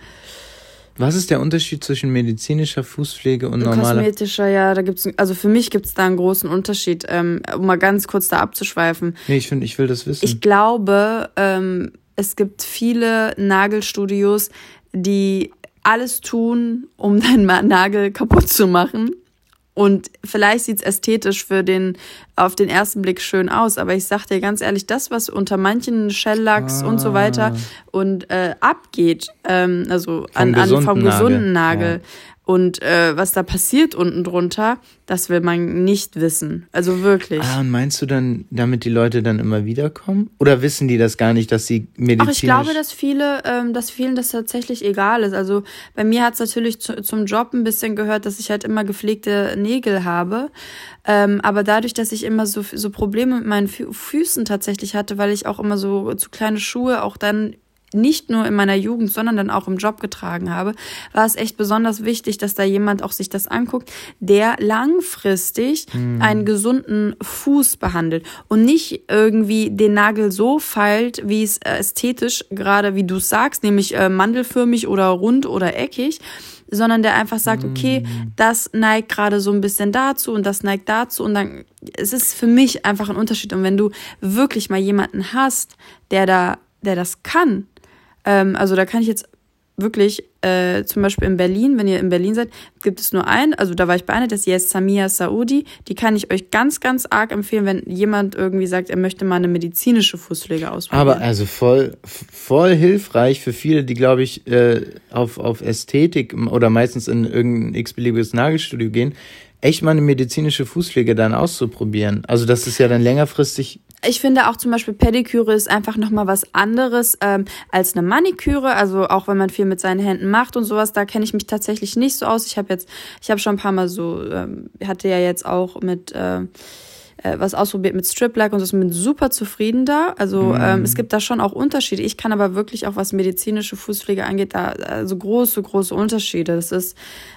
was ist der Unterschied zwischen medizinischer Fußpflege und normaler? Kosmetischer, ja, da gibt's, also für mich gibt's da einen großen Unterschied, ähm, um mal ganz kurz da abzuschweifen. Nee, ich finde, ich will das wissen. Ich glaube, ähm, es gibt viele Nagelstudios, die alles tun, um deinen Nagel kaputt zu machen. Und vielleicht sieht's ästhetisch für den auf den ersten Blick schön aus, aber ich sag dir ganz ehrlich, das, was unter manchen Shell-Lacks ah. und so weiter und äh, abgeht, ähm, also an, an vom gesunden Nagel, Nagel ja. Und äh, was da passiert unten drunter, das will man nicht wissen. Also wirklich. Ah, und meinst du dann, damit die Leute dann immer wiederkommen? Oder wissen die das gar nicht, dass sie medizinisch... Ach, ich glaube, dass viele, ähm, dass vielen das tatsächlich egal ist. Also bei mir hat es natürlich zu, zum Job ein bisschen gehört, dass ich halt immer gepflegte Nägel habe. Ähm, aber dadurch, dass ich immer so, so Probleme mit meinen Fü- Füßen tatsächlich hatte, weil ich auch immer so zu kleine Schuhe auch dann nicht nur in meiner Jugend, sondern dann auch im Job getragen habe, war es echt besonders wichtig, dass da jemand auch sich das anguckt, der langfristig mhm. einen gesunden Fuß behandelt und nicht irgendwie den Nagel so feilt, wie es ästhetisch, gerade wie du es sagst, nämlich äh, mandelförmig oder rund oder eckig, sondern der einfach sagt, okay, das neigt gerade so ein bisschen dazu und das neigt dazu und dann, es ist für mich einfach ein Unterschied. Und wenn du wirklich mal jemanden hast, der da, der das kann, ähm, also da kann ich jetzt wirklich, äh, zum Beispiel in Berlin, wenn ihr in Berlin seid, gibt es nur einen, also da war ich bei einer, das ist jetzt Samia Saudi, die kann ich euch ganz, ganz arg empfehlen, wenn jemand irgendwie sagt, er möchte mal eine medizinische Fußpflege ausprobieren. Aber also voll, voll hilfreich für viele, die, glaube ich, äh, auf, auf Ästhetik oder meistens in irgendein x-beliebiges Nagelstudio gehen, echt mal eine medizinische Fußpflege dann auszuprobieren. Also das ist ja dann längerfristig... Ich finde auch zum Beispiel Pediküre ist einfach nochmal was anderes ähm, als eine Maniküre. Also auch wenn man viel mit seinen Händen macht und sowas, da kenne ich mich tatsächlich nicht so aus. Ich habe jetzt, ich habe schon ein paar Mal so, ähm, hatte ja jetzt auch mit äh, was ausprobiert mit Strip-Lack und so, bin super zufrieden da. Also mm. ähm, es gibt da schon auch Unterschiede. Ich kann aber wirklich auch, was medizinische Fußpflege angeht, da also große, große Unterschiede. Das ist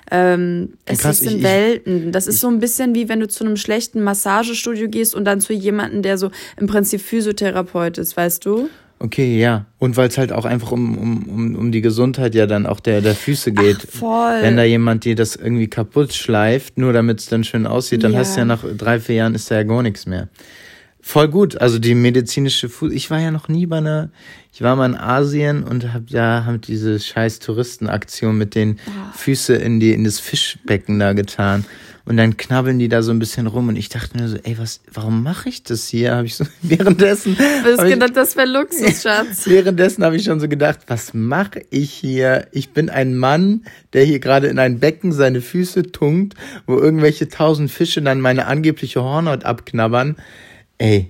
ähm, es Krass, ist in ich, Welten. Das ich, ist so ein bisschen wie wenn du zu einem schlechten Massagestudio gehst und dann zu jemandem, der so im Prinzip Physiotherapeut ist, weißt du? Okay, ja. Und weil es halt auch einfach um, um, um, um die Gesundheit ja dann auch der, der Füße geht. Ach, voll. Wenn da jemand dir das irgendwie kaputt schleift, nur damit es dann schön aussieht, dann ja. hast du ja nach drei, vier Jahren ist da ja gar nichts mehr. Voll gut. Also die medizinische Fuß... Ich war ja noch nie bei einer... Ich war mal in Asien und hab da hab diese scheiß Touristenaktion mit den oh. Füße in die in das Fischbecken da getan. Und dann knabbeln die da so ein bisschen rum und ich dachte mir so, ey, was, warum mache ich das hier? Habe ich so währenddessen. Du hast gedacht, das wäre Luxus, Schatz. Währenddessen habe ich schon so gedacht, was mache ich hier? Ich bin ein Mann, der hier gerade in ein Becken seine Füße tunkt, wo irgendwelche tausend Fische dann meine angebliche Hornhaut abknabbern. Ey,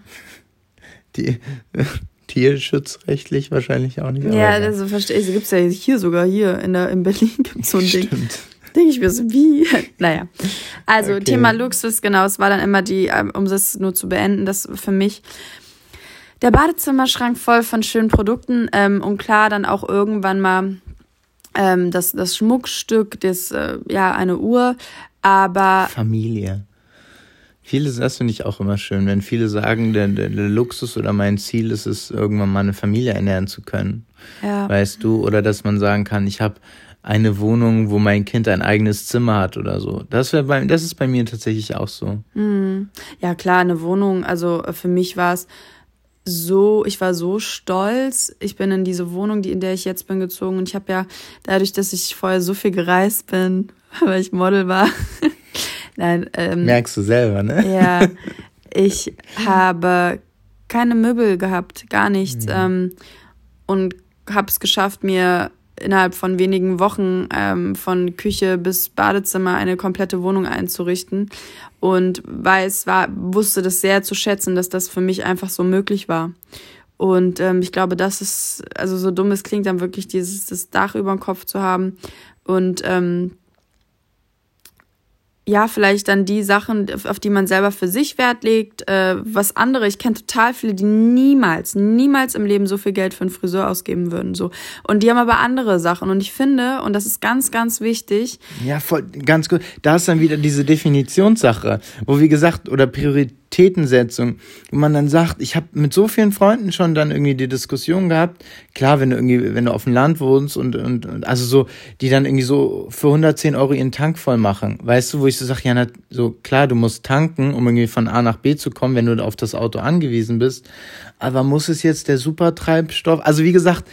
die tierschutzrechtlich wahrscheinlich auch nicht. Ja, also verstehe ich. Gibt's ja hier sogar hier in der in Berlin gibt's so ein Ding. Stimmt. Denke ich mir so, wie? Naja. Also okay. Thema Luxus, genau, es war dann immer die, um das nur zu beenden, das für mich der Badezimmerschrank voll von schönen Produkten ähm, und klar dann auch irgendwann mal ähm, das, das Schmuckstück, das, äh, ja, eine Uhr, aber... Familie. Viele, das finde ich auch immer schön, wenn viele sagen, der, der, der Luxus oder mein Ziel ist es, irgendwann mal eine Familie ernähren zu können. Ja. Weißt du? Oder dass man sagen kann, ich habe eine Wohnung, wo mein Kind ein eigenes Zimmer hat oder so. Das wäre bei, das ist bei mir tatsächlich auch so. Ja, klar, eine Wohnung, also für mich war es so, ich war so stolz. Ich bin in diese Wohnung, die in der ich jetzt bin, gezogen. Und ich habe ja, dadurch, dass ich vorher so viel gereist bin, weil ich Model war. Nein, ähm, merkst du selber, ne? Ja, ich habe keine Möbel gehabt, gar nichts. Mhm. Ähm, und habe es geschafft, mir innerhalb von wenigen Wochen ähm, von Küche bis Badezimmer eine komplette Wohnung einzurichten. Und weiß, war, wusste das sehr zu schätzen, dass das für mich einfach so möglich war. Und ähm, ich glaube, das ist, also so dumm es klingt, dann wirklich dieses das Dach über dem Kopf zu haben und ähm, ja, vielleicht dann die Sachen, auf die man selber für sich Wert legt, äh, was andere, ich kenne total viele, die niemals, niemals im Leben so viel Geld für einen Friseur ausgeben würden, so. Und die haben aber andere Sachen und ich finde, und das ist ganz, ganz wichtig. Ja, voll, ganz gut. Da ist dann wieder diese Definitionssache, wo wie gesagt, oder Prioritätensetzung, wo man dann sagt, ich habe mit so vielen Freunden schon dann irgendwie die Diskussion gehabt, klar, wenn du irgendwie, wenn du auf dem Land wohnst und, und, und also so, die dann irgendwie so für hundertzehn Euro ihren Tank voll machen, weißt du, wo ich so sage, ja, na, so klar, du musst tanken, um irgendwie von A nach B zu kommen, wenn du auf das Auto angewiesen bist, aber muss es jetzt der Supertreibstoff, also wie gesagt,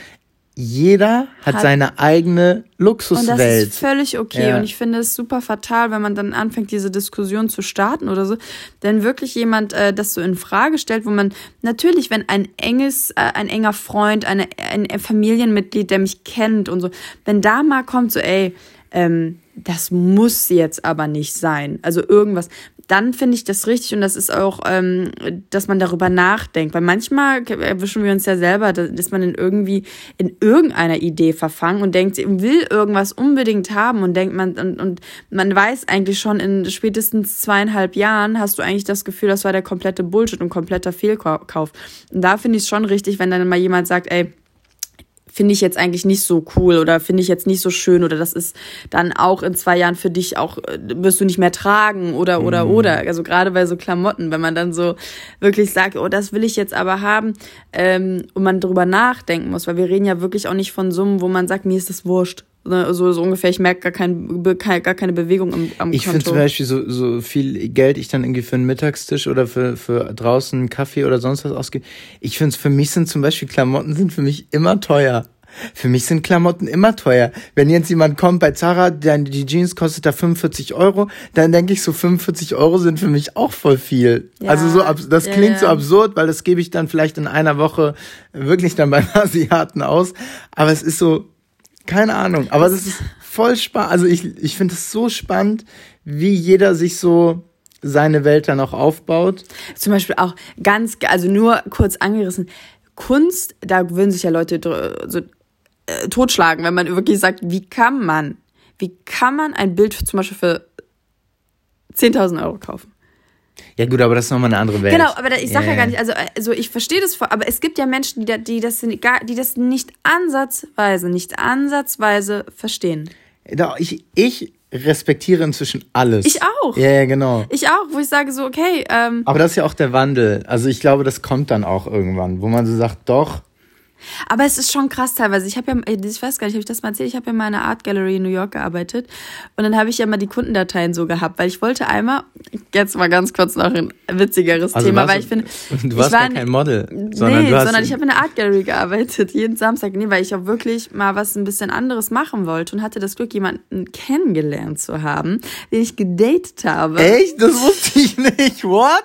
jeder hat, hat seine eigene Luxuswelt. Und das ist völlig okay. Ja. Und ich finde es super fatal, wenn man dann anfängt, diese Diskussion zu starten oder so. Denn wirklich jemand äh, das so in Frage stellt, wo man natürlich, wenn ein enges, äh, ein enger Freund, eine, ein Familienmitglied, der mich kennt und so, wenn da mal kommt so, ey, ähm, das muss jetzt aber nicht sein. Also irgendwas. Dann finde ich das richtig und das ist auch, ähm, dass man darüber nachdenkt. Weil manchmal erwischen wir uns ja selber, da ist man in irgendwie in irgendeiner Idee verfangen und denkt, will irgendwas unbedingt haben und denkt man und, und man weiß eigentlich schon in spätestens zweieinhalb Jahren hast du eigentlich das Gefühl, das war der komplette Bullshit und kompletter Fehlkauf. Und da finde ich es schon richtig, wenn dann mal jemand sagt, ey, finde ich jetzt eigentlich nicht so cool oder finde ich jetzt nicht so schön oder das ist dann auch in zwei Jahren für dich auch, wirst du nicht mehr tragen oder, oder, mhm. oder. Also gerade bei so Klamotten, wenn man dann so wirklich sagt, oh, das will ich jetzt aber haben ähm, und man drüber nachdenken muss, weil wir reden ja wirklich auch nicht von Summen, wo man sagt, mir ist das wurscht. So, so ungefähr, ich merke gar, kein, gar keine Bewegung am, am ich Konto. Ich finde zum Beispiel, so, so viel Geld ich dann irgendwie für einen Mittagstisch oder für, für draußen einen Kaffee oder sonst was ausgebe. Ich finde es, für mich sind zum Beispiel Klamotten sind für mich immer teuer. Für mich sind Klamotten immer teuer. Wenn jetzt jemand kommt bei Zara, dann die Jeans kostet da fünfundvierzig Euro, dann denke ich so, fünfundvierzig Euro sind für mich auch voll viel. Ja, also so, das ja, klingt ja. so absurd, weil das gebe ich dann vielleicht in einer Woche wirklich dann beim Asiaten aus. Aber es ist so, keine Ahnung, aber das ist voll spannend. Also ich, ich finde es so spannend, wie jeder sich so seine Welt dann auch aufbaut. Zum Beispiel auch ganz, also nur kurz angerissen, Kunst, da würden sich ja Leute so äh, totschlagen, wenn man wirklich sagt, wie kann man, wie kann man ein Bild zum Beispiel für zehntausend Euro kaufen? Ja gut, aber das ist nochmal eine andere Welt. Genau, aber ich sage yeah. ja gar nicht, also, also ich verstehe das, aber es gibt ja Menschen, die, die, das, die das nicht ansatzweise, nicht ansatzweise verstehen. Ich, ich respektiere inzwischen alles. Ich auch. Ja, yeah, genau. Ich auch, wo ich sage so, okay. Ähm, aber das ist ja auch der Wandel. Also ich glaube, das kommt dann auch irgendwann, wo man so sagt, doch. Aber es ist schon krass teilweise. Ich habe ja, ich weiß gar nicht, habe ich das mal erzählt? Ich habe ja mal in einer Art Gallery in New York gearbeitet und dann habe ich ja mal die Kundendateien so gehabt, weil ich wollte einmal, jetzt mal ganz kurz noch ein witzigeres also Thema, weil ich finde, du warst ja kein Model, sondern nee, du hast sondern ich habe in einer Art Gallery gearbeitet jeden Samstag, nee, weil ich auch wirklich mal was ein bisschen anderes machen wollte und hatte das Glück, jemanden kennengelernt zu haben, den ich gedatet habe. Echt? Das wusste ich nicht. What?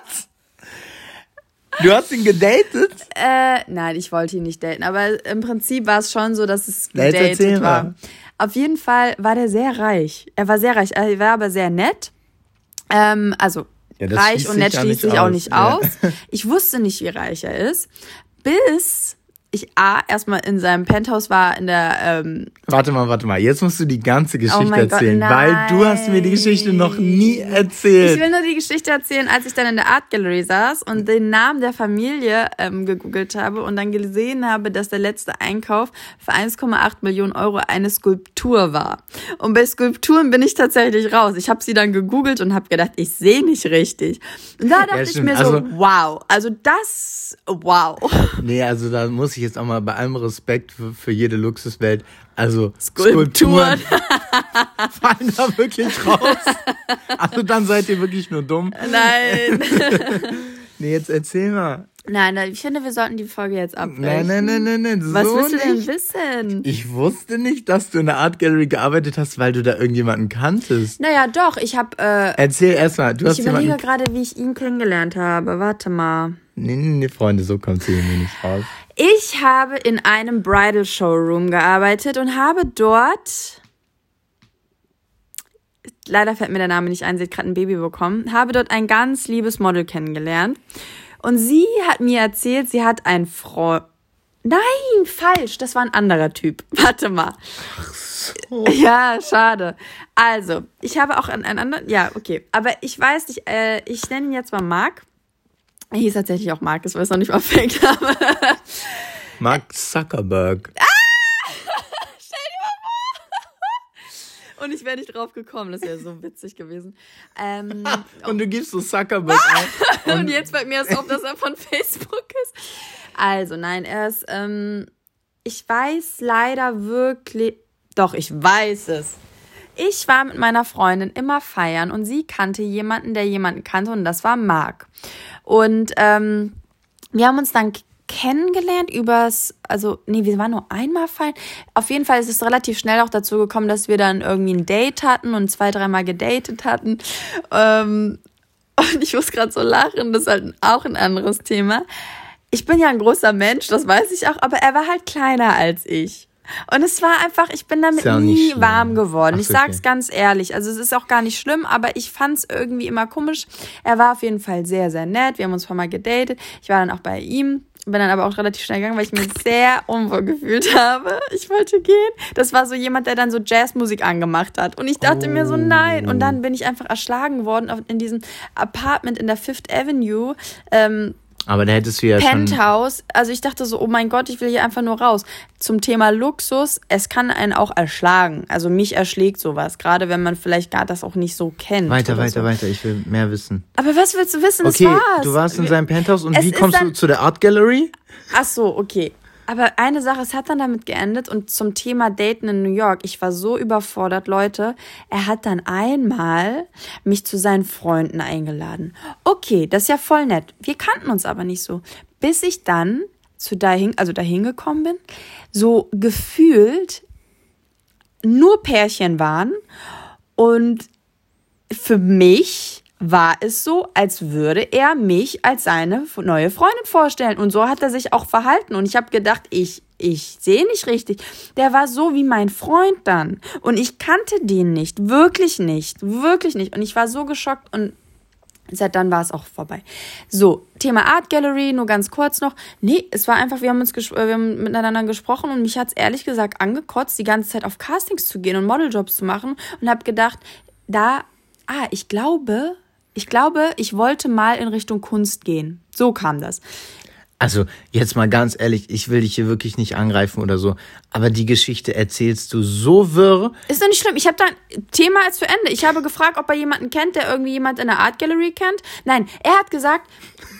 Du hast ihn gedatet? Äh, nein, ich wollte ihn nicht daten. Aber im Prinzip war es schon so, dass es gedatet war. Auf jeden Fall war der sehr reich. Er war sehr reich. Er war aber sehr nett. Ähm, also ja, reich und nett schließt sich auch nicht aus. Ja. Ich wusste nicht, wie reich er ist. Bis ich A, erstmal in seinem Penthouse war in der... Ähm warte mal, warte mal. Jetzt musst du die ganze Geschichte oh mein erzählen, Gott, weil du hast mir die Geschichte noch nie erzählt. Ich will nur die Geschichte erzählen, als ich dann in der Art Gallery saß und den Namen der Familie ähm, gegoogelt habe und dann gesehen habe, dass der letzte Einkauf für eins Komma acht Millionen Euro eine Skulptur war. Und bei Skulpturen bin ich tatsächlich raus. Ich habe sie dann gegoogelt und habe gedacht, ich sehe nicht richtig. Und da dachte ja, ich mir so, also, wow, also das, wow. Nee, also da muss ich jetzt auch mal bei allem Respekt für, für jede Luxuswelt, also Skulpturen, Skulpturen fallen da wirklich raus. Also dann seid ihr wirklich nur dumm. Nein. Nee, jetzt erzähl mal. Nein, ich finde, wir sollten die Folge jetzt abbrechen. Nein, nein, nein, nein, nein. Was so willst du denn nicht. wissen? Ich wusste nicht, dass du in der Art Gallery gearbeitet hast, weil du da irgendjemanden kanntest. Naja, doch, ich habe... Äh, Erzähl erstmal. Du hast ich überlege jemanden... gerade, wie ich ihn kennengelernt habe. Warte mal. Nee, nee, nee, Freunde, so kommt sie mir nicht raus. Ich habe in einem Bridal Showroom gearbeitet und habe dort... Leider fällt mir der Name nicht ein, sie hat gerade ein Baby bekommen. Habe dort ein ganz liebes Model kennengelernt. Und sie hat mir erzählt, sie hat einen Freund... Nein, falsch, das war ein anderer Typ. Warte mal. Ach so. Ja, schade. Also, ich habe auch einen, einen anderen... Ja, okay. Aber ich weiß nicht, äh, ich nenne ihn jetzt mal Mark. Er hieß tatsächlich auch Mark, das war jetzt noch nicht mal fake Name. Mark Zuckerberg. Ah! Stell dir mal vor! Und ich wäre nicht drauf gekommen, das wäre so witzig gewesen. Ähm, und du gibst so Zuckerberg ein. Und, und jetzt fällt mir erst auf, dass er von Facebook ist. Also, nein, er ist, ähm, ich weiß leider wirklich, doch, ich weiß es. Ich war mit meiner Freundin immer feiern und sie kannte jemanden, der jemanden kannte und das war Marc. Und ähm, wir haben uns dann kennengelernt übers, also, nee, wir waren nur einmal feiern. Auf jeden Fall ist es relativ schnell auch dazu gekommen, dass wir dann irgendwie ein Date hatten und zwei, dreimal gedatet hatten. Ähm, und ich muss gerade so lachen, das ist halt auch ein anderes Thema. Ich bin ja ein großer Mensch, das weiß ich auch, aber er war halt kleiner als ich. Und es war einfach, ich bin damit nie warm geworden. Ach, ich sag's okay. ganz ehrlich. Also es ist auch gar nicht schlimm, aber ich fand's irgendwie immer komisch. Er war auf jeden Fall sehr, sehr nett. Wir haben uns ein paar Mal gedatet. Ich war dann auch bei ihm. Bin dann aber auch relativ schnell gegangen, weil ich mich sehr unwohl gefühlt habe. Ich wollte gehen. Das war so jemand, der dann so Jazzmusik angemacht hat. Und ich dachte oh. mir so, nein. Und dann bin ich einfach erschlagen worden in diesem Apartment in der Fifth Avenue. Ähm, Aber da hättest du ja Penthouse, also ich dachte so, oh mein Gott, ich will hier einfach nur raus. Zum Thema Luxus, es kann einen auch erschlagen. Also mich erschlägt sowas, gerade wenn man vielleicht gar das auch nicht so kennt. Weiter, weiter, so. weiter, ich will mehr wissen. Aber was willst du wissen? Okay, das war's. Du warst in seinem Penthouse und es wie kommst dann, du zu der Art Gallery? Ach so, okay. Aber eine Sache, es hat dann damit geendet und zum Thema Daten in New York, ich war so überfordert, Leute. Er hat dann einmal mich zu seinen Freunden eingeladen. Okay, das ist ja voll nett. Wir kannten uns aber nicht so. Bis ich dann zu dahin, also dahin gekommen bin, so gefühlt nur Pärchen waren und für mich war es so, als würde er mich als seine neue Freundin vorstellen. Und so hat er sich auch verhalten. Und ich habe gedacht, ich ich sehe nicht richtig. Der war so wie mein Freund dann. Und ich kannte den nicht. Wirklich nicht. Wirklich nicht. Und ich war so geschockt. Und seit dann war es auch vorbei. So, Thema Art Gallery, nur ganz kurz noch. Nee, es war einfach, wir haben uns ges- wir haben miteinander gesprochen und mich hat es ehrlich gesagt angekotzt, die ganze Zeit auf Castings zu gehen und Modeljobs zu machen. Und habe gedacht, da, ah, ich glaube... Ich glaube, ich wollte mal in Richtung Kunst gehen. So kam das. Also, jetzt mal ganz ehrlich, ich will dich hier wirklich nicht angreifen oder so, aber die Geschichte erzählst du so wirr. Ist doch nicht schlimm. Ich habe dann, Thema ist zu Ende. Ich habe gefragt, ob er jemanden kennt, der irgendwie jemand in der Art Gallery kennt. Nein, er hat gesagt...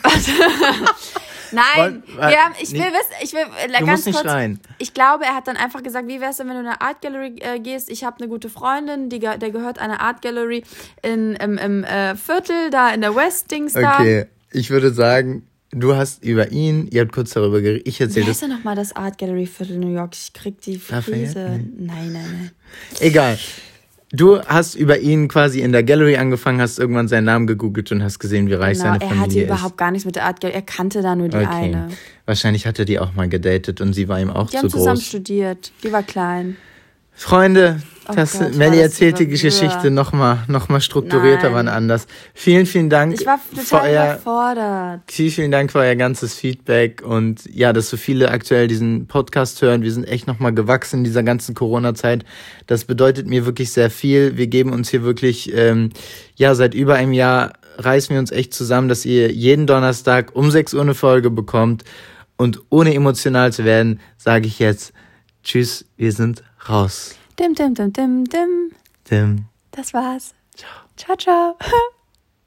Nein, Woll, wir haben, ich will nee, wissen, ich will äh, ganz musst nicht kurz. Schreien. Ich glaube, er hat dann einfach gesagt, wie wär's denn, wenn du in eine Art Gallery äh, gehst? Ich habe eine gute Freundin, die der gehört einer Art Gallery in im, im äh, Viertel da in der Westdings da. Okay, ich würde sagen, du hast über ihn, ihr habt kurz darüber geredet. Ich erzähle das. Wie heißt denn nochmal das Art Gallery Viertel New York? Ich krieg die Krise. Nein, nein, nein. Egal. Du hast über ihn quasi in der Gallery angefangen, hast irgendwann seinen Namen gegoogelt und hast gesehen, wie reich genau, seine Familie ist. Er hatte überhaupt gar nichts mit der Art Gallery. Er kannte da nur die okay. eine. Wahrscheinlich hat er die auch mal gedatet und sie war ihm auch die zu groß. Die haben zusammen studiert. Die war klein. Freunde, oh das, Gott, Melli erzählt die Geschichte nochmal noch mal strukturierter, wann anders. Vielen, vielen Dank. Ich war total euer, überfordert. Vielen, vielen Dank für euer ganzes Feedback und ja, dass so viele aktuell diesen Podcast hören. Wir sind echt nochmal gewachsen in dieser ganzen Corona-Zeit. Das bedeutet mir wirklich sehr viel. Wir geben uns hier wirklich, ähm, ja, seit über einem Jahr reißen wir uns echt zusammen, dass ihr jeden Donnerstag um sechs Uhr eine Folge bekommt. Und ohne emotional zu werden, sage ich jetzt tschüss, wir sind raus. Dim, dim, dim, dim, dim. Dim. Das war's. Ciao. Ciao, ciao.